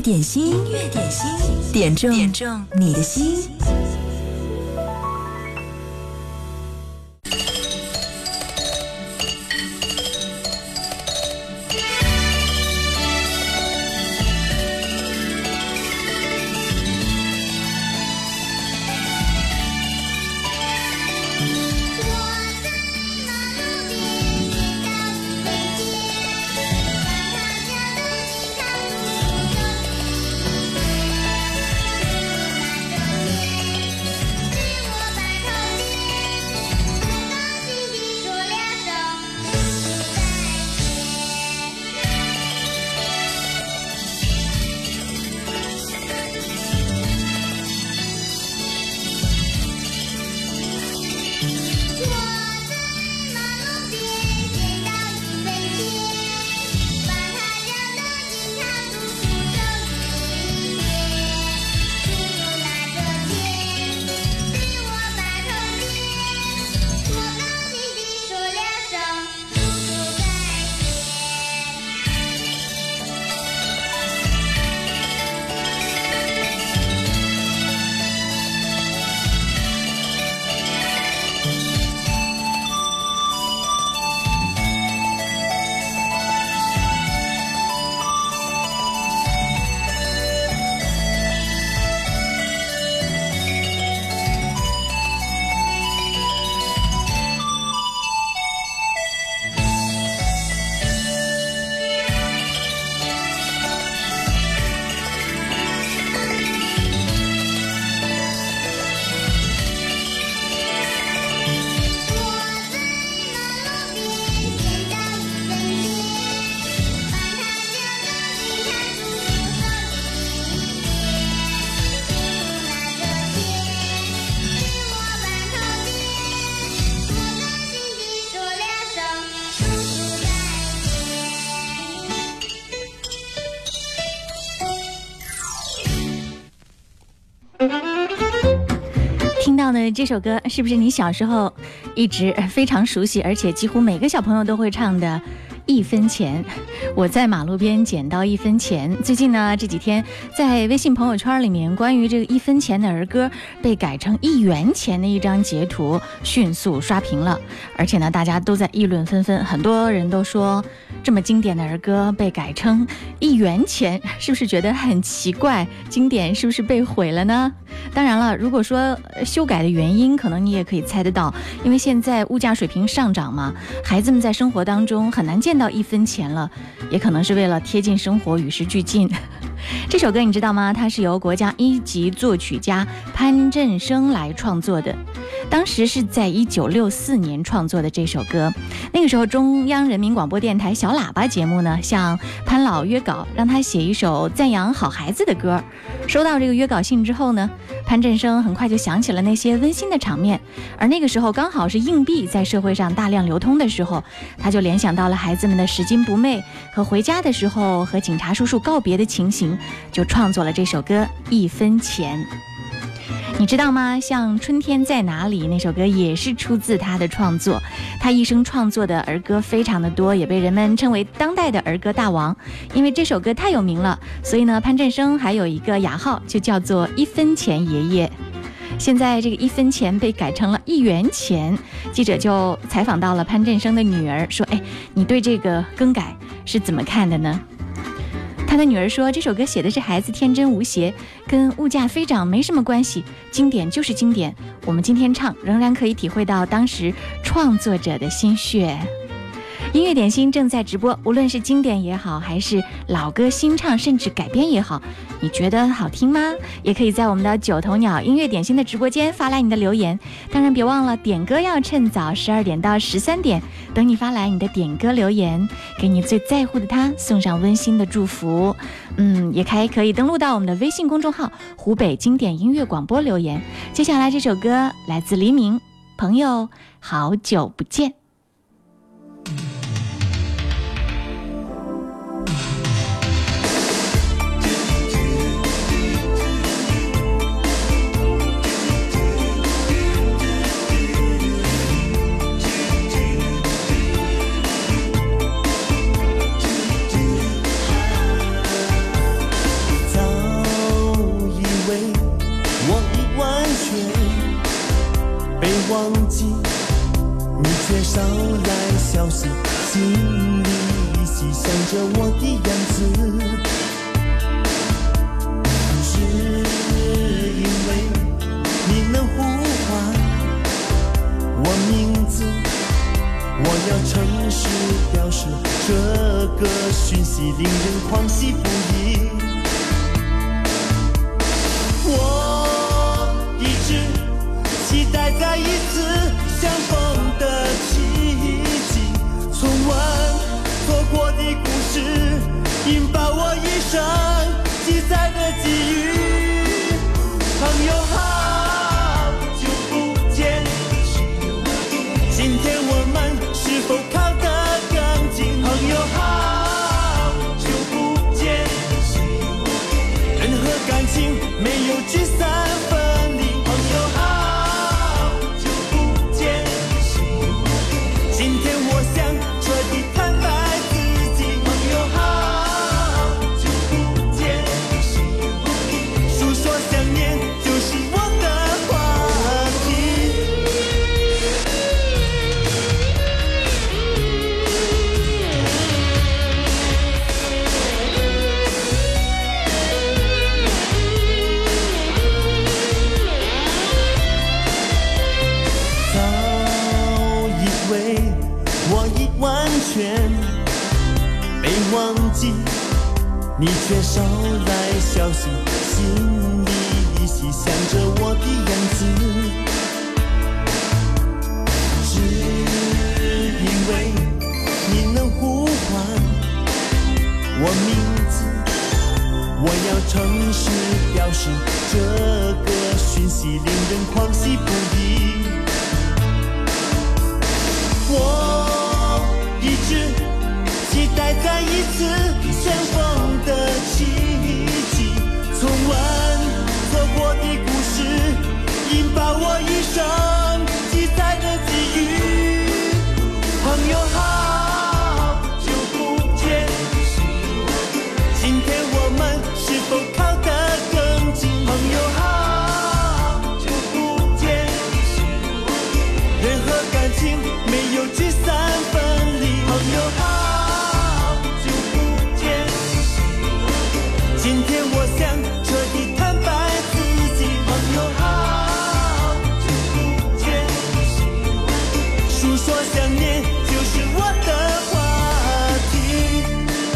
点心，点中你的心。 听到的这首歌是不是你小时候一直非常熟悉，而且几乎每个小朋友都会唱的1分钱？我在马路边捡到1分钱。最近呢，这几天在微信朋友圈里面，关于这个1分钱的儿歌被改成1元钱的一张截图迅速刷屏了，而且呢，大家都在议论纷纷，很多人都说这么经典的儿歌被改成1元钱，是不是觉得很奇怪？经典是不是被毁了呢？当然了，如果说修改的原因，可能你也可以猜得到，因为现在物价水平上涨嘛，孩子们在生活当中很难见到1分钱了，也可能是为了贴近生活，与时俱进。这首歌你知道吗？它是由国家1级作曲家潘振声来创作的，当时是在1964年创作的这首歌。那个时候中央人民广播电台小喇叭节目呢，向潘老约稿，让他写一首赞扬好孩子的歌。收到这个约稿信之后呢，潘振声很快就想起了那些温馨的场面，而那个时候刚好是硬币在社会上大量流通的时候，他就联想到了孩子们的拾金不昧和回家的时候和警察叔叔告别的情形，就创作了这首歌1分钱。你知道吗？像《春天在哪里》那首歌也是出自他的创作。他一生创作的儿歌非常的多，也被人们称为当代的儿歌大王。因为这首歌太有名了，所以呢，潘振声还有一个雅号，就叫做1分钱爷爷。现在这个1分钱被改成了1元钱，记者就采访到了潘振声的女儿，说：“哎，你对这个更改是怎么看的呢？”他的女儿说，这首歌写的是孩子天真无邪，跟物价飞涨没什么关系，经典就是经典，我们今天唱仍然可以体会到当时创作者的心血。音乐点心正在直播，无论是经典也好，还是老歌新唱，甚至改编也好，你觉得好听吗？也可以在我们的9头鸟音乐点心的直播间发来你的留言，当然别忘了点歌要趁早，12点到13点，等你发来你的点歌留言，给你最在乎的他送上温馨的祝福。也还可以登录到我们的微信公众号湖北经典音乐广播留言。接下来这首歌来自黎明，朋友好久不见。 在着我的样子，只因为你能呼唤我名字，我要诚实表示，这个讯息令人狂喜不已。我一直期待再一次相逢的奇迹，重温错过的故事，引爆我一生记载的际遇。朋友好久不见，今天我们是否靠得更近？朋友好久不见，任何感情没有聚散分离。朋友好久不见，今天我想彻底坦白自己。朋友好久不见，诉说想念就是我的话题。早以为我已完全被忘记，你却捎来消息，心里依稀想着我的样子。只因为你能呼唤我名字，我要诚实表示，这个讯息令人狂喜不已。我一直期待再一次相逢的奇迹，重温错过的故事，引爆我一生记载的际遇。朋友好久不见，今天我们是否靠得更近？朋友好久不见，任何感情没有聚散分离。朋友好久不见，今天我想彻底坦白自己。朋友好久不见，诉说想念就是我的话题。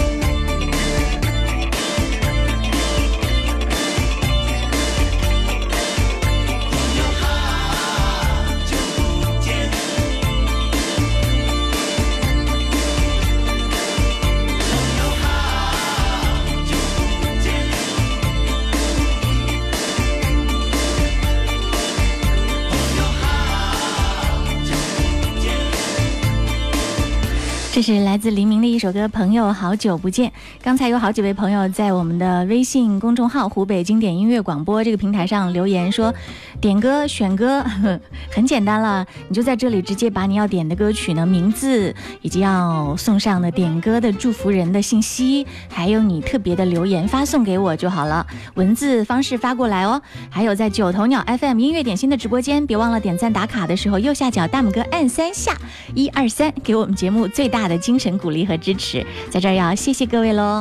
朋友好久不见，朋友好久不见，朋友好久不见。 这是来自黎明的一首歌《朋友好久不见》。刚才有好几位朋友在我们的微信公众号湖北经典音乐广播这个平台上留言说，点歌选歌很简单了，你就在这里直接把你要点的歌曲呢名字以及要送上的点歌的祝福人的信息，还有你特别的留言发送给我就好了，文字方式发过来哦。还有在九头鸟 FM 音乐点心的直播间，别忘了点赞打卡的时候右下角大拇哥按3下，123，给我们节目最大的精神鼓励和支持，在这儿要谢谢各位喽。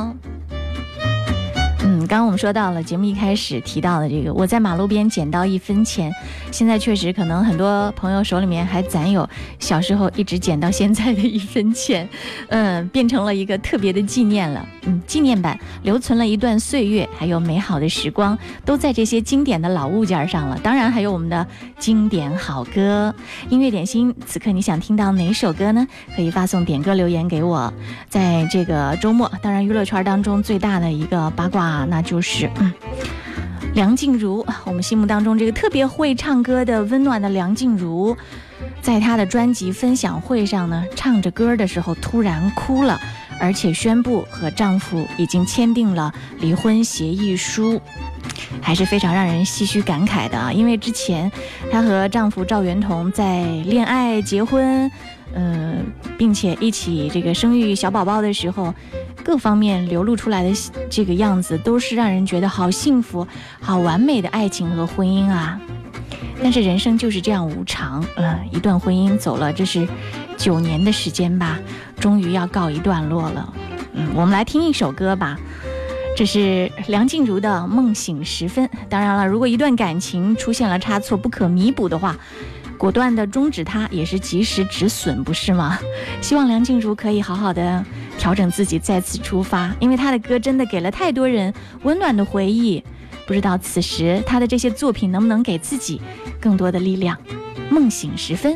刚刚我们说到了节目一开始提到的这个，我在马路边捡到1分钱，现在确实可能很多朋友手里面还攒有小时候一直捡到现在的1分钱，变成了一个特别的纪念了。纪念版留存了一段岁月，还有美好的时光，都在这些经典的老物件上了。当然还有我们的经典好歌。音乐点心，此刻你想听到哪首歌呢？可以发送点歌留言给我。在这个周末，当然娱乐圈当中最大的一个八卦，那就是梁静茹，我们心目当中这个特别会唱歌的温暖的梁静茹，在她的专辑分享会上呢，唱着歌的时候突然哭了，而且宣布和丈夫已经签订了离婚协议书，还是非常让人唏嘘感慨的啊！因为之前她和丈夫赵元同在恋爱、结婚，并且一起这个生育小宝宝的时候，各方面流露出来的这个样子，都是让人觉得好幸福、好完美的爱情和婚姻啊！但是人生就是这样无常，一段婚姻走了，这是9年的时间吧，终于要告一段落了。 我们来听一首歌吧，这是梁静茹的《梦醒时分》。当然了，如果一段感情出现了差错不可弥补的话，果断的终止它也是及时止损，不是吗？希望梁静茹可以好好的调整自己，再次出发，因为她的歌真的给了太多人温暖的回忆。不知道此时她的这些作品能不能给自己更多的力量。梦醒时分。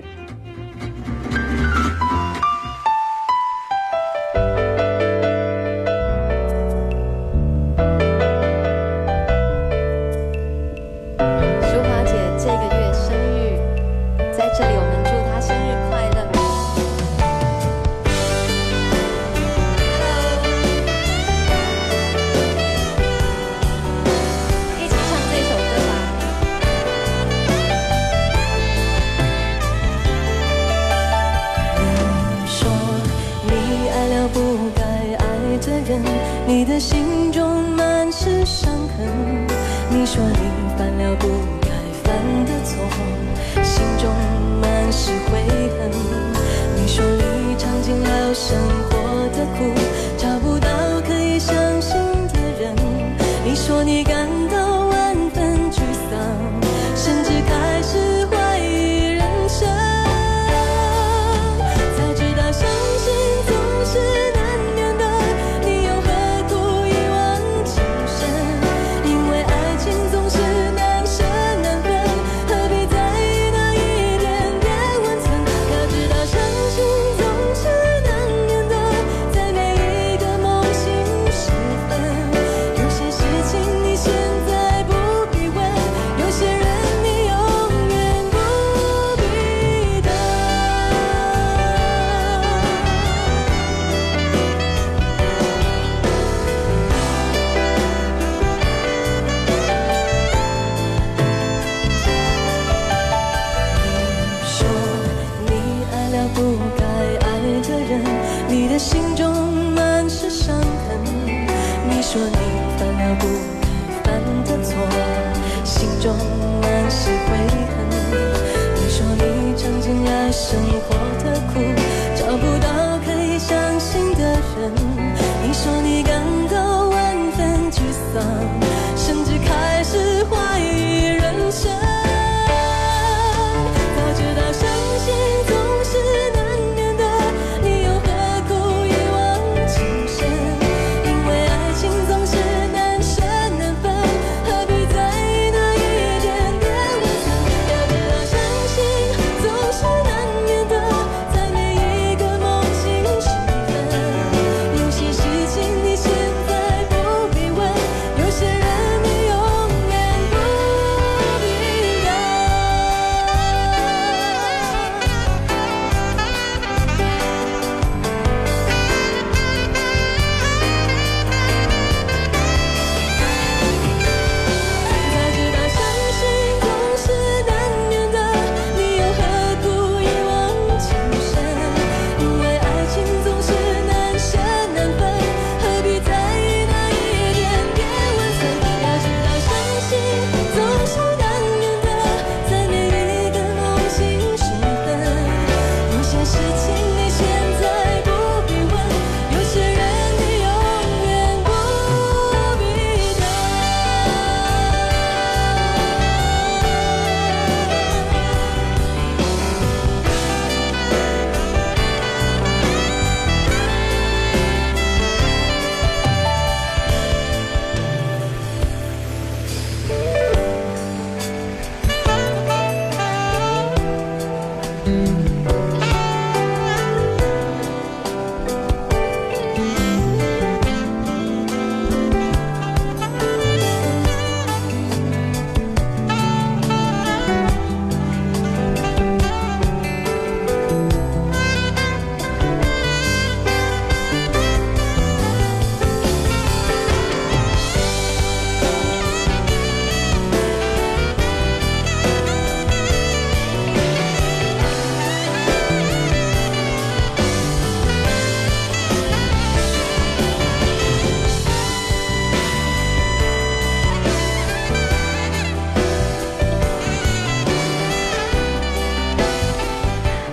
你的心中满是伤痕，你说你犯了不该犯的错，心中满是悔恨。你说你尝尽了生活的苦，找不到可以相信的人。你说你感到万分沮丧，甚至开始怀疑人生。才知道相信总是生活的苦，找不到可以相信的人。你说你感到万分沮丧，甚至开始怀疑人生。早知道相信总是难免的，你又何苦一往情深？因为爱情总是难舍难分，何必在意那一点点温存？要知道相信总是难免的，在每一个梦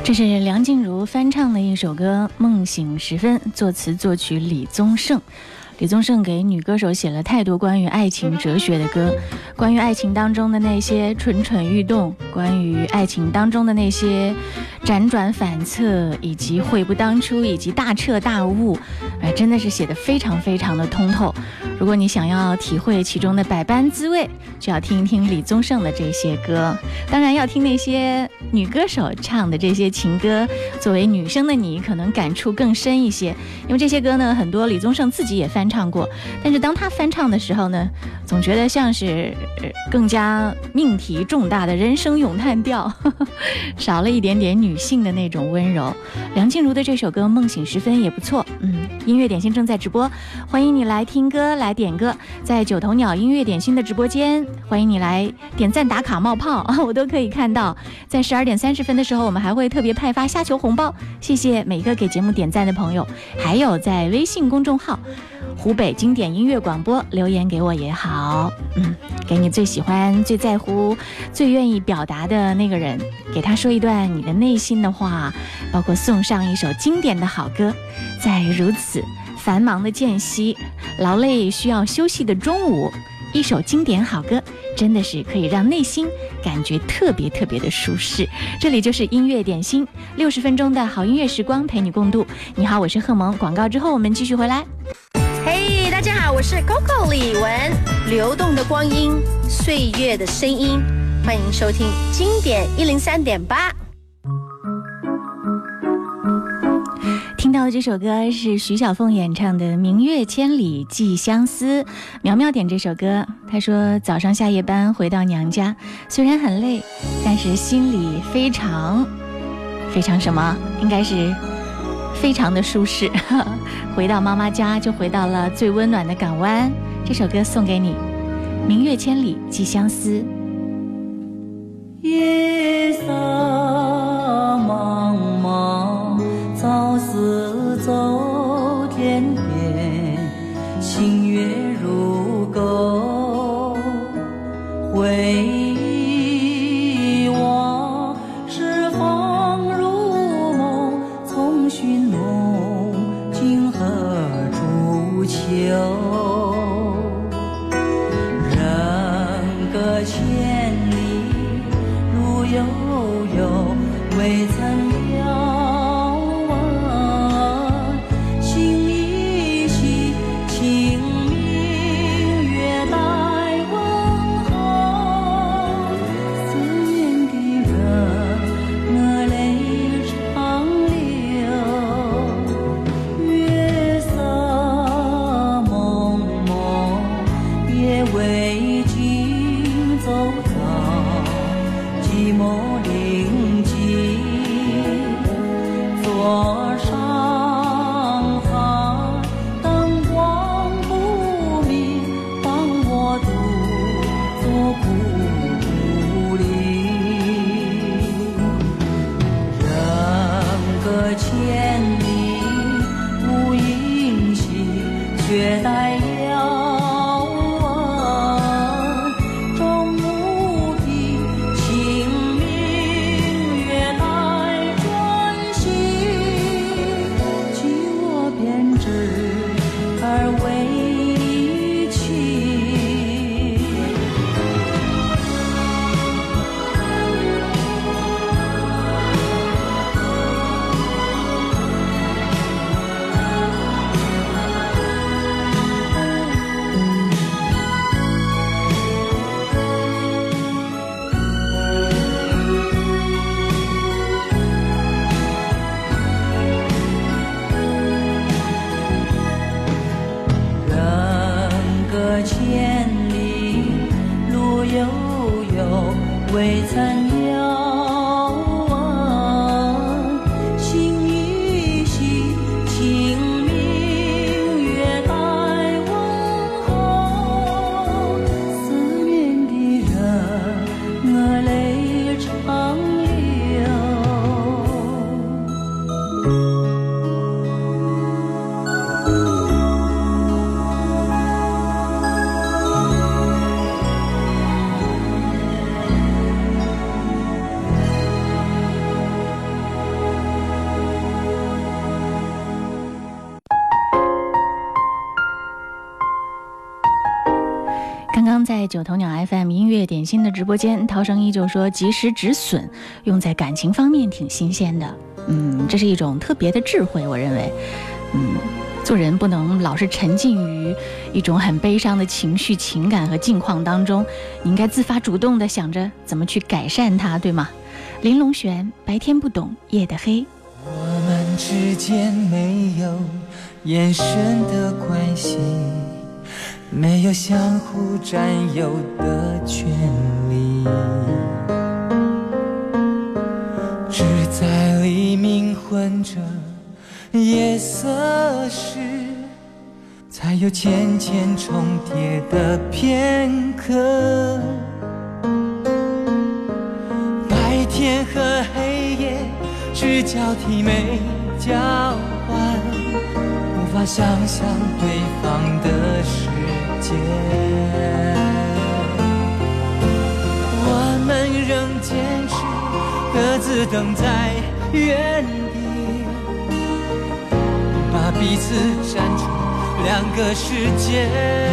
这是梁静茹翻唱的一首歌《梦醒时分》，作词作曲李宗盛。李宗盛给女歌手写了太多关于爱情哲学的歌，关于爱情当中的那些蠢蠢欲动，关于爱情当中的那些辗转反侧，以及悔不当初，以及大彻大悟，真的是写得非常非常的通透。如果你想要体会其中的百般滋味，就要听一听李宗盛的这些歌，当然要听那些女歌手唱的这些情歌，作为女生的你可能感触更深一些，因为这些歌呢，很多李宗盛自己也翻唱过，但是当他翻唱的时候呢，总觉得像是更加命题重大的人生咏叹调，少了一点点女性的那种温柔。梁静茹的这首歌《梦醒时分》也不错，音乐点心正在直播，欢迎你来听歌来点歌，在九头鸟音乐点心的直播间，欢迎你来点赞打卡冒泡，我都可以看到。在12点30分的时候，我们还会特别派发虾球红包，谢谢每一个给节目点赞的朋友，还有在微信公众号湖北经典音乐广播留言给我也好，给你最喜欢、最在乎、最愿意表达的那个人，给他说一段你的内心的话，包括送上一首经典的好歌。在如此繁忙的间隙，劳累需要休息的中午，一首经典好歌真的是可以让内心感觉特别特别的舒适。这里就是音乐点心，60分钟的好音乐时光陪你共度。你好，我是贺萌，广告之后我们继续回来。 嘿，大家好，我是 Coco 李玟，流动的光阴，岁月的声音，欢迎收听经典103.8。 听到的这首歌是徐小凤演唱的《明月千里寄相思》，苗苗点这首歌，她说早上下夜班回到娘家，虽然很累，但是心里非常非常什么，应该是非常的舒适。回到妈妈家就回到了最温暖的港湾，这首歌送给你，《明月千里寄相思》。 夜色茫茫，早似走天边，星月如钩，回望是方如梦，从寻梦今何处求？人隔千里路悠悠，未曾遥望，心依稀，清明月待问候，思念的人我泪长流，月色蒙蒙，夜未尽走到寂寞临近，坐上海，灯光不明，帮我独坐孤独里。人隔千里无音信，却待遥望。中午的清明月待专心，寄我编织而为情。人隔千里路悠悠，未曾遥望，心依稀，清明月待问候，思念的人我泪长流。 刚刚在九头鸟 FM 音乐点心的直播间，涛声依旧说及时止损用在感情方面挺新鲜的。这是一种特别的智慧，我认为。做人不能老是沉浸于一种很悲伤的情绪、情感和境况当中，你应该自发主动的想着怎么去改善它，对吗？林隆璇，白天不懂夜的黑。 我们之间没有眼神的关系，没有相互占有的权利，只在黎明混着夜色时，才有渐渐重叠的片刻。白天和黑夜是交替没交换，无法想象对方的世界。我们仍坚持各自等在原地，把彼此站成两个世界。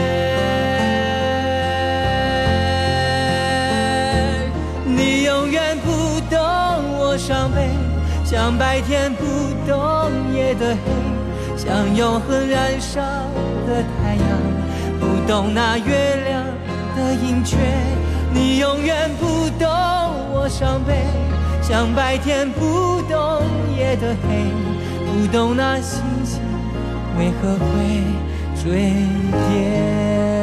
你永远不懂我伤悲，像白天不懂夜的黑，像永恒燃烧的太阳，不懂那月亮的盈缺。你永远不懂我伤悲，像白天不懂夜的黑，不懂那星星为何会坠跌。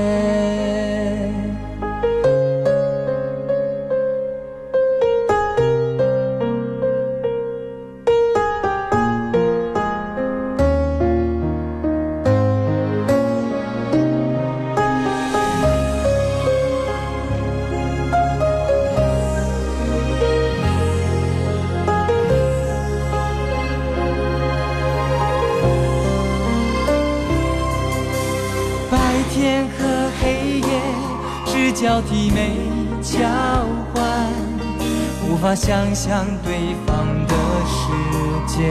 交替没交换，无法想象对方的世界。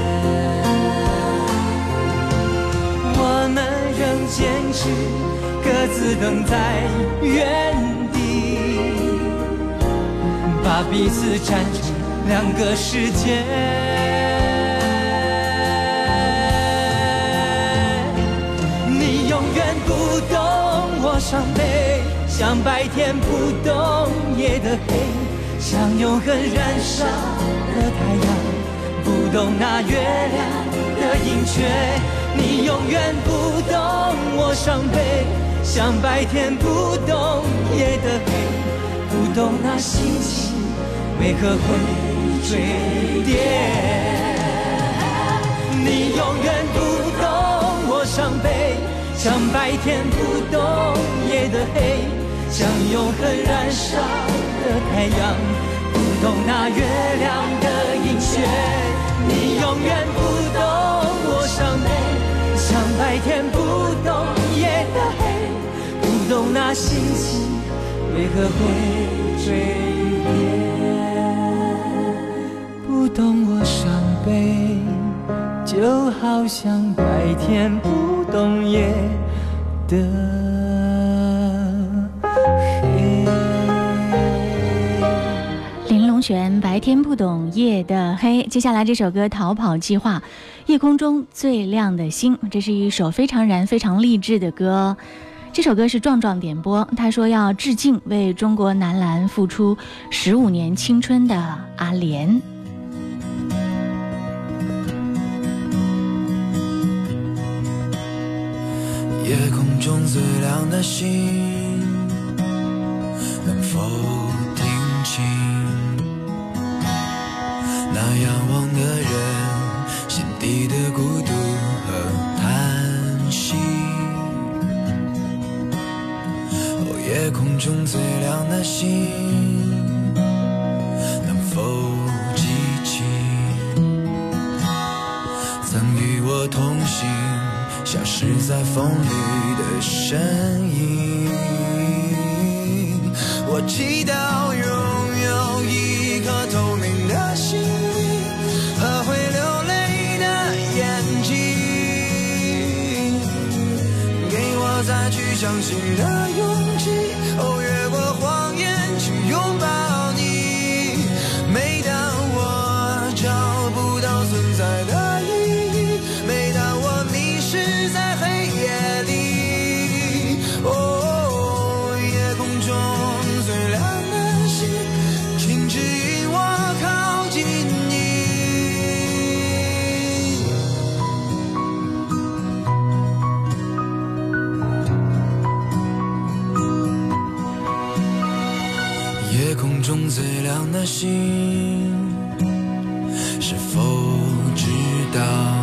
我们仍坚持各自等在原地，把彼此站成两个世界。你永远不懂我伤悲，像白天不懂夜的黑，像永恒燃烧的太阳，不懂那月亮的盈缺。你永远不懂我伤悲，像白天不懂夜的黑，不懂那星星为何会坠跌。你永远不懂我伤悲，像白天不懂夜的黑，像永恒燃烧的太阳，不懂那月亮的盈缺。你永远不懂我伤悲，像白天不懂夜的黑，不懂那星星为何会坠跌。不懂我伤悲，就好像白天不懂夜的林隆璇，白天不懂夜的黑。接下来这首歌《逃跑计划》，夜空中最亮的星，这是一首非常燃非常励志的歌。这首歌是壮壮点播，他说要致敬为中国男篮付出15年青春的阿莲。 夜空中最亮的星，能否听清那仰望的人心底的孤独和叹息？哦，夜空中最亮的星，能否记起曾与我同行消失在风里的身影？我祈祷拥有一颗透明的心灵和会流泪的眼睛，给我再去相信的勇气，越过谎言去拥抱你。每当我找不到存在的意义，每当我迷失在黑夜里，夜空中最亮的星，请指引我靠近你。夜空中最亮的星，是否知道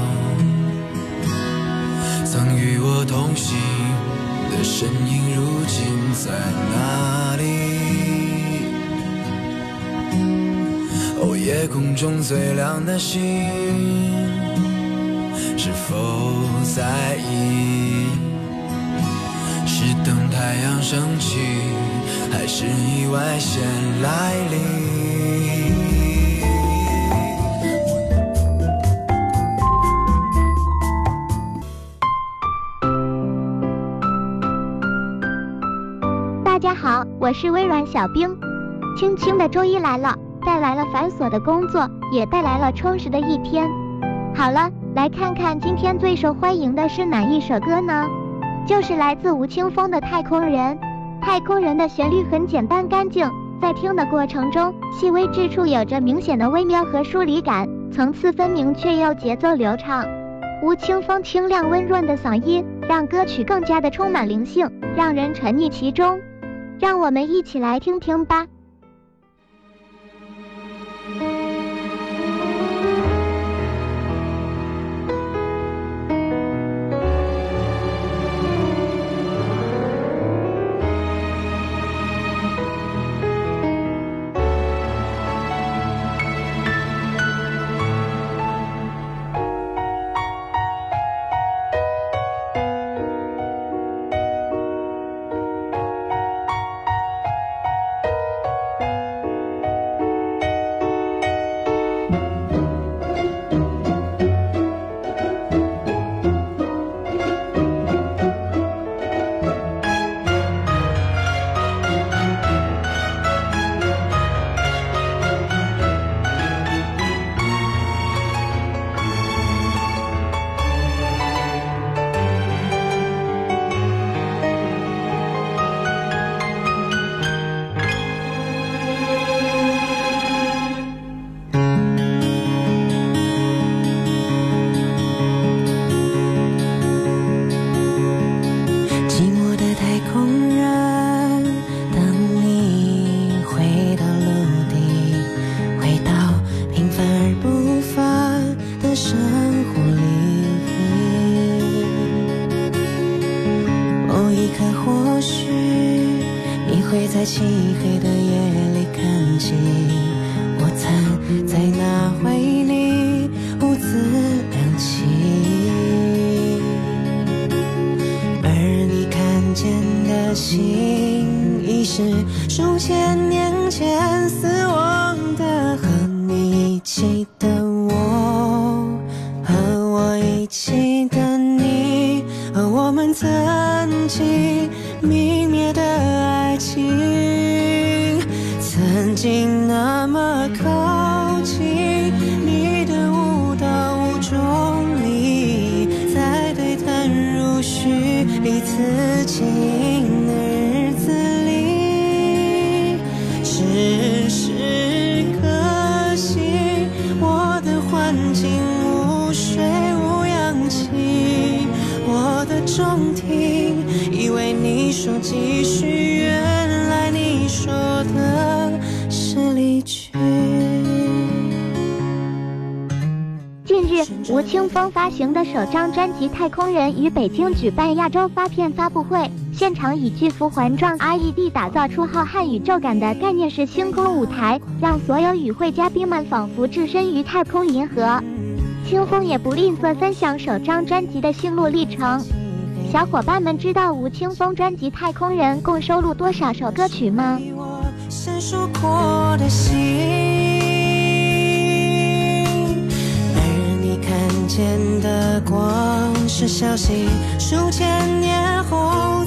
曾与我同行的身影如今在哪里？夜空中最亮的星，是否在意？是等太阳升起，还是意外先来临？ 大家好，我是微软小冰。轻轻的周一来了，带来了繁琐的工作，也带来了充实的一天。好了，来看看今天最受欢迎的是哪一首歌呢？就是来自吴青峰的《太空人》。太空人的旋律很简单干净，在听的过程中，细微之处有着明显的微妙和疏离感，层次分明却又节奏流畅。吴青峰清亮温润的嗓音，让歌曲更加的充满灵性，让人沉溺其中。让我们一起来听听吧。 在漆黑的夜里看见我藏在那回里兀自亮起，而你看见的心已是数千年前死亡的，和你一起的我，和我一起的你，和我们曾经泯灭的爱情，曾经那么靠近，你的舞蹈无中离，在对谈如许，彼此紧的日子里，只是可惜我的环境无水无氧气，我的中庭以为你说继续，原来你说的是离去。 近日，吴青峰发行的首张专辑《太空人》于北京举办亚洲发片发布会，现场以巨幅环状 LED 打造出浩瀚宇宙感的概念式星空舞台，让所有与会嘉宾们仿佛置身于太空银河。青峰也不吝啬分享首张专辑的心路历程。小伙伴们知道吴青峰专辑《太空人》共收录多少首歌曲吗？ 闪烁过的心，而你看见的光是消息，数千年后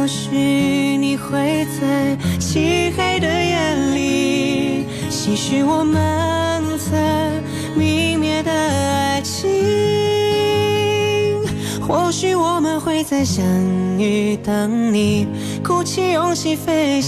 或许你会在漆黑的夜里唏嘘我们曾泯灭的爱情，或许我们会在相遇，等你鼓起勇气飞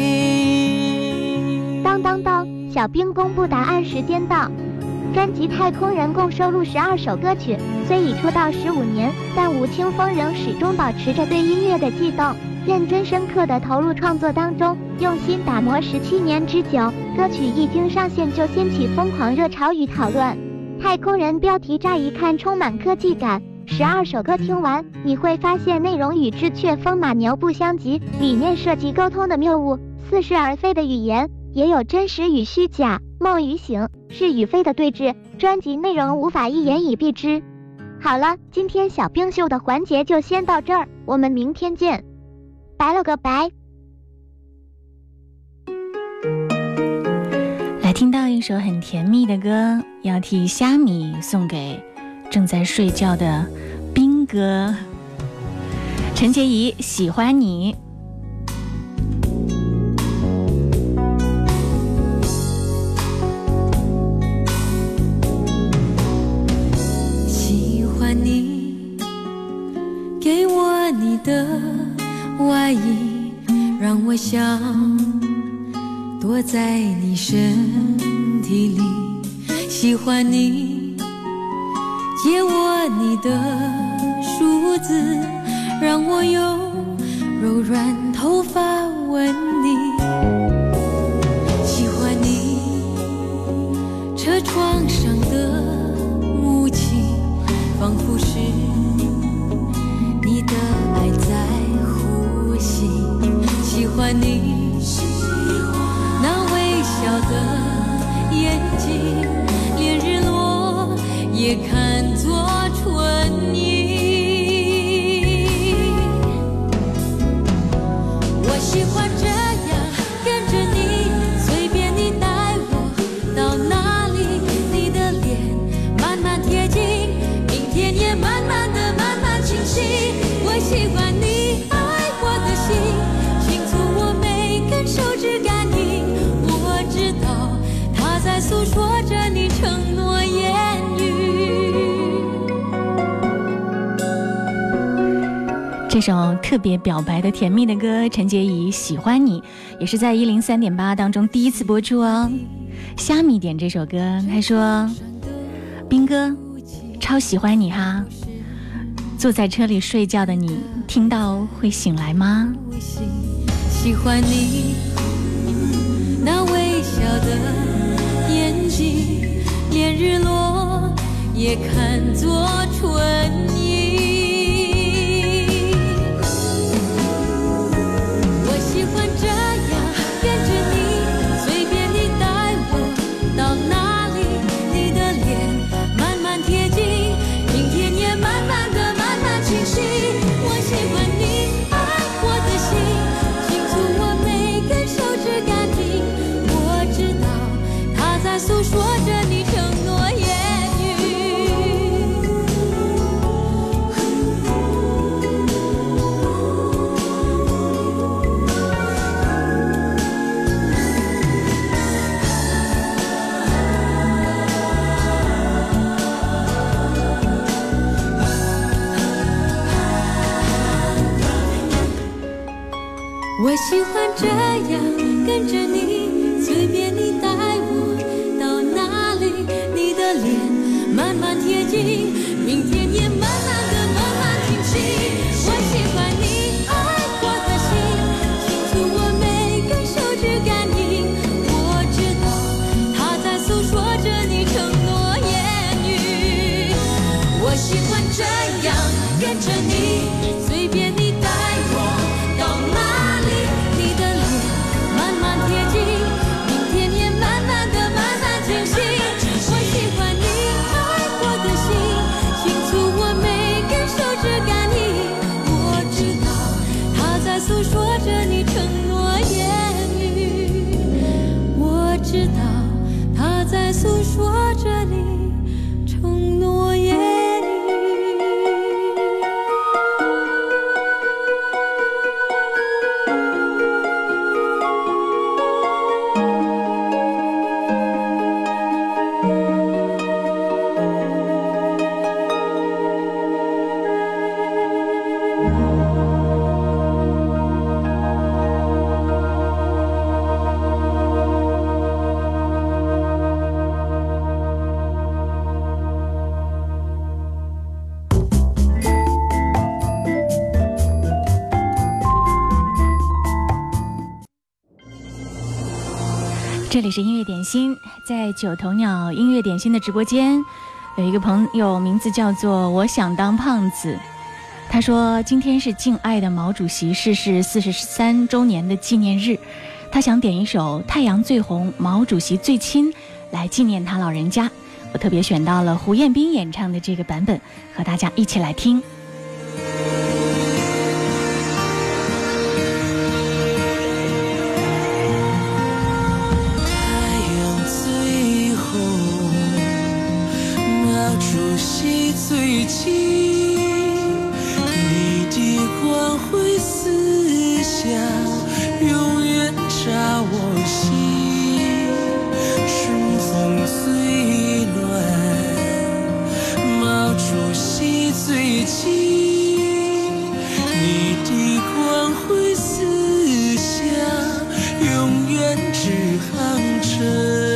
行。 当当当，小兵公布答案时间到。专辑《太空人》共收录12首歌曲，虽已出道15年，但吴青峰仍始终保持着对音乐的悸动，认真深刻地投入创作当中，用心打磨17年之久。歌曲一经上线就掀起疯狂热潮与讨论。《太空人》标题乍一看充满科技感，12首歌听完，你会发现内容与之却风马牛不相及，里面涉及沟通的谬误，似是而非的语言，也有真实与虚假，梦与醒，是与非的对峙，专辑内容无法一言以蔽之。好了，今天小冰秀的环节就先到这儿，我们明天见，拜了个拜。 来听到一首很甜蜜的歌，要替虾米送给正在睡觉的兵哥。陈洁仪，喜欢你。 给我你的外衣，让我想躲在你身体里。喜欢你，借我你的梳子，让我用柔软头发吻你。喜欢你，车窗上的雾气，仿佛是你的爱在呼吸。喜欢你那微笑的眼睛，连日落也看作春意。我喜欢这样跟着你，随便你带我到哪里，你的脸慢慢贴近，明天也慢慢的清晰。我喜欢你爱我的心，倾诉我每根手指感应。我知道它在诉说着你承诺言语。 这首特别表白的甜蜜的歌，陈洁仪《喜欢你》也是在103.8当中第一次播出哦。虾米点这首歌，他说：“兵哥，超喜欢你哈。坐在车里睡觉的你，听到会醒来吗？” 喜欢你那微笑的眼睛，连日落也看作春意。我喜欢这样跟着你，随便你带我到哪里，你的脸慢慢贴近，明天也慢慢的清晰。我喜欢你爱我的心，倾诉我每根手指感应。我知道它在诉说着你承诺言我喜欢这样跟着你，随便你带我到哪里，你的脸慢慢贴近，明天也慢慢清晰。我喜欢你爱我的心，倾诉我每根手指感应。我知道它在诉说着你承诺言语。我喜欢这样跟着你，随便你带我到哪里，你的脸慢慢贴近，明天也慢慢清晰。我喜欢你爱我的心，倾诉我每根手指感应。我知道它在诉说着你承诺言语。我知道它在诉说着你承诺言语。 这里是音乐点心，在九头鸟音乐点心的直播间，有一个朋友名字叫做我想当胖子，他说今天是敬爱的毛主席逝世43周年的纪念日，他想点一首《太阳最红，毛主席最亲》来纪念他老人家。我特别选到了胡彦斌演唱的这个版本，和大家一起来听。 最亲，你的光辉思想永远扎我心。春风最暖，毛主席最亲，你的光辉思想永远指航着。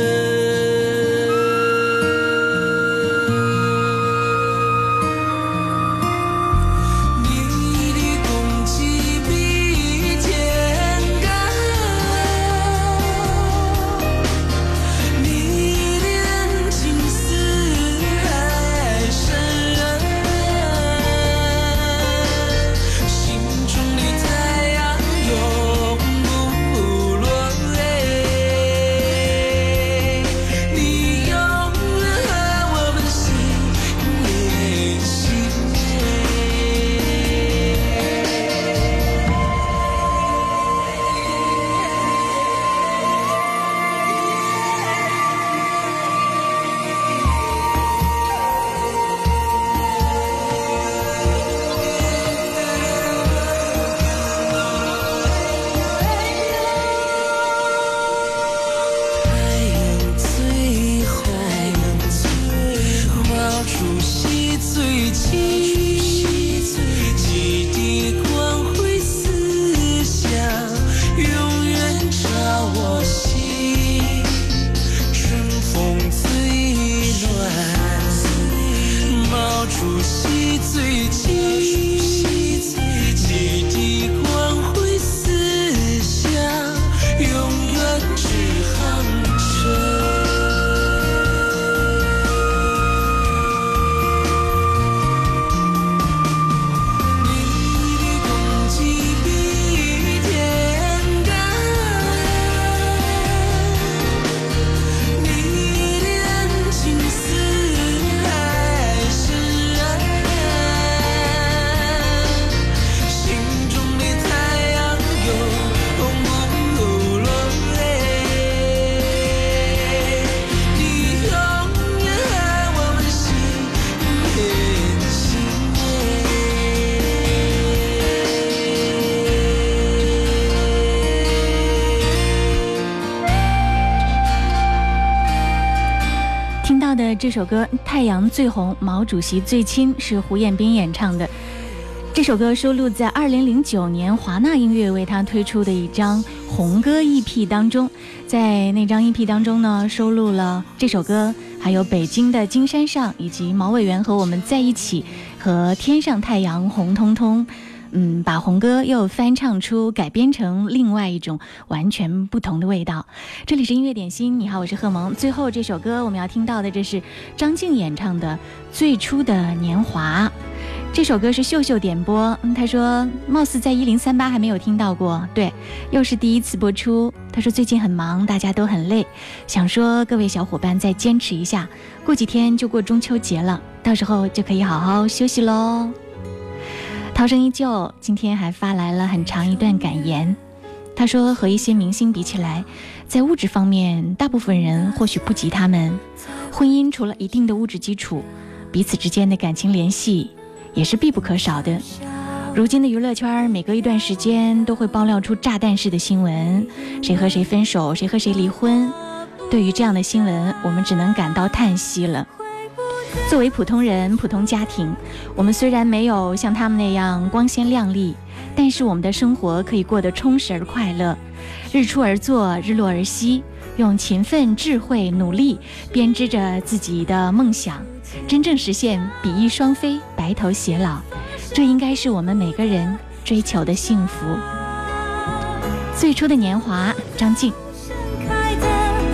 这首歌《太阳最红，毛主席最亲》是胡彦斌演唱的。这首歌收录在2009年华纳音乐为他推出的一张红歌 EP 当中，在那张 EP 当中呢，收录了这首歌，还有北京的金山上，以及毛委员和我们在一起，和天上太阳红彤彤。把红歌又翻唱出改编成另外一种完全不同的味道。这里是音乐点心，你好，我是贺萌。最后这首歌我们要听到的，这是张静演唱的《最初的年华》。这首歌是秀秀点播，他说貌似在1038还没有听到过，对，又是第一次播出。他说最近很忙，大家都很累，想说各位小伙伴再坚持一下，过几天就过中秋节了，到时候就可以好好休息咯。涛声依旧今天还发来了很长一段感言，他说和一些明星比起来，在物质方面大部分人或许不及他们，婚姻除了一定的物质基础，彼此之间的感情联系也是必不可少的。如今的娱乐圈每隔一段时间都会爆料出炸弹式的新闻，谁和谁分手，谁和谁离婚。对于这样的新闻，我们只能感到叹息了。作为普通人、普通家庭，我们虽然没有像他们那样光鲜亮丽，但是我们的生活可以过得充实而快乐，日出而作，日落而息，用勤奋、智慧、努力编织着自己的梦想，真正实现比翼双飞、白头偕老。这应该是我们每个人追求的幸福。最初的年华，张静。 盛开的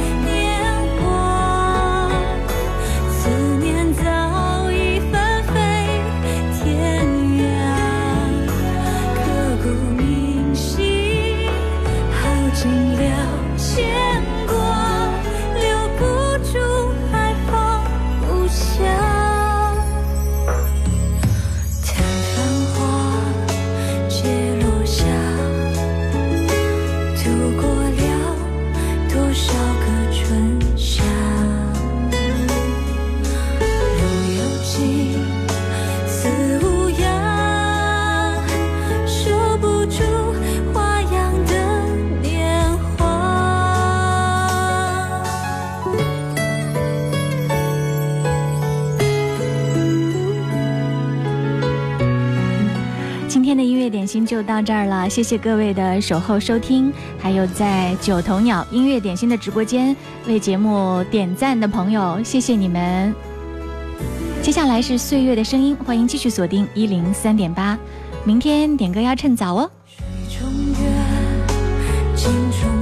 今天的音乐点心就到这儿了，谢谢各位的守候收听，还有在九头鸟音乐点心的直播间为节目点赞的朋友，谢谢你们。接下来是岁月的声音，欢迎继续锁定103.8，明天点歌要趁早哦。 水中月，镜中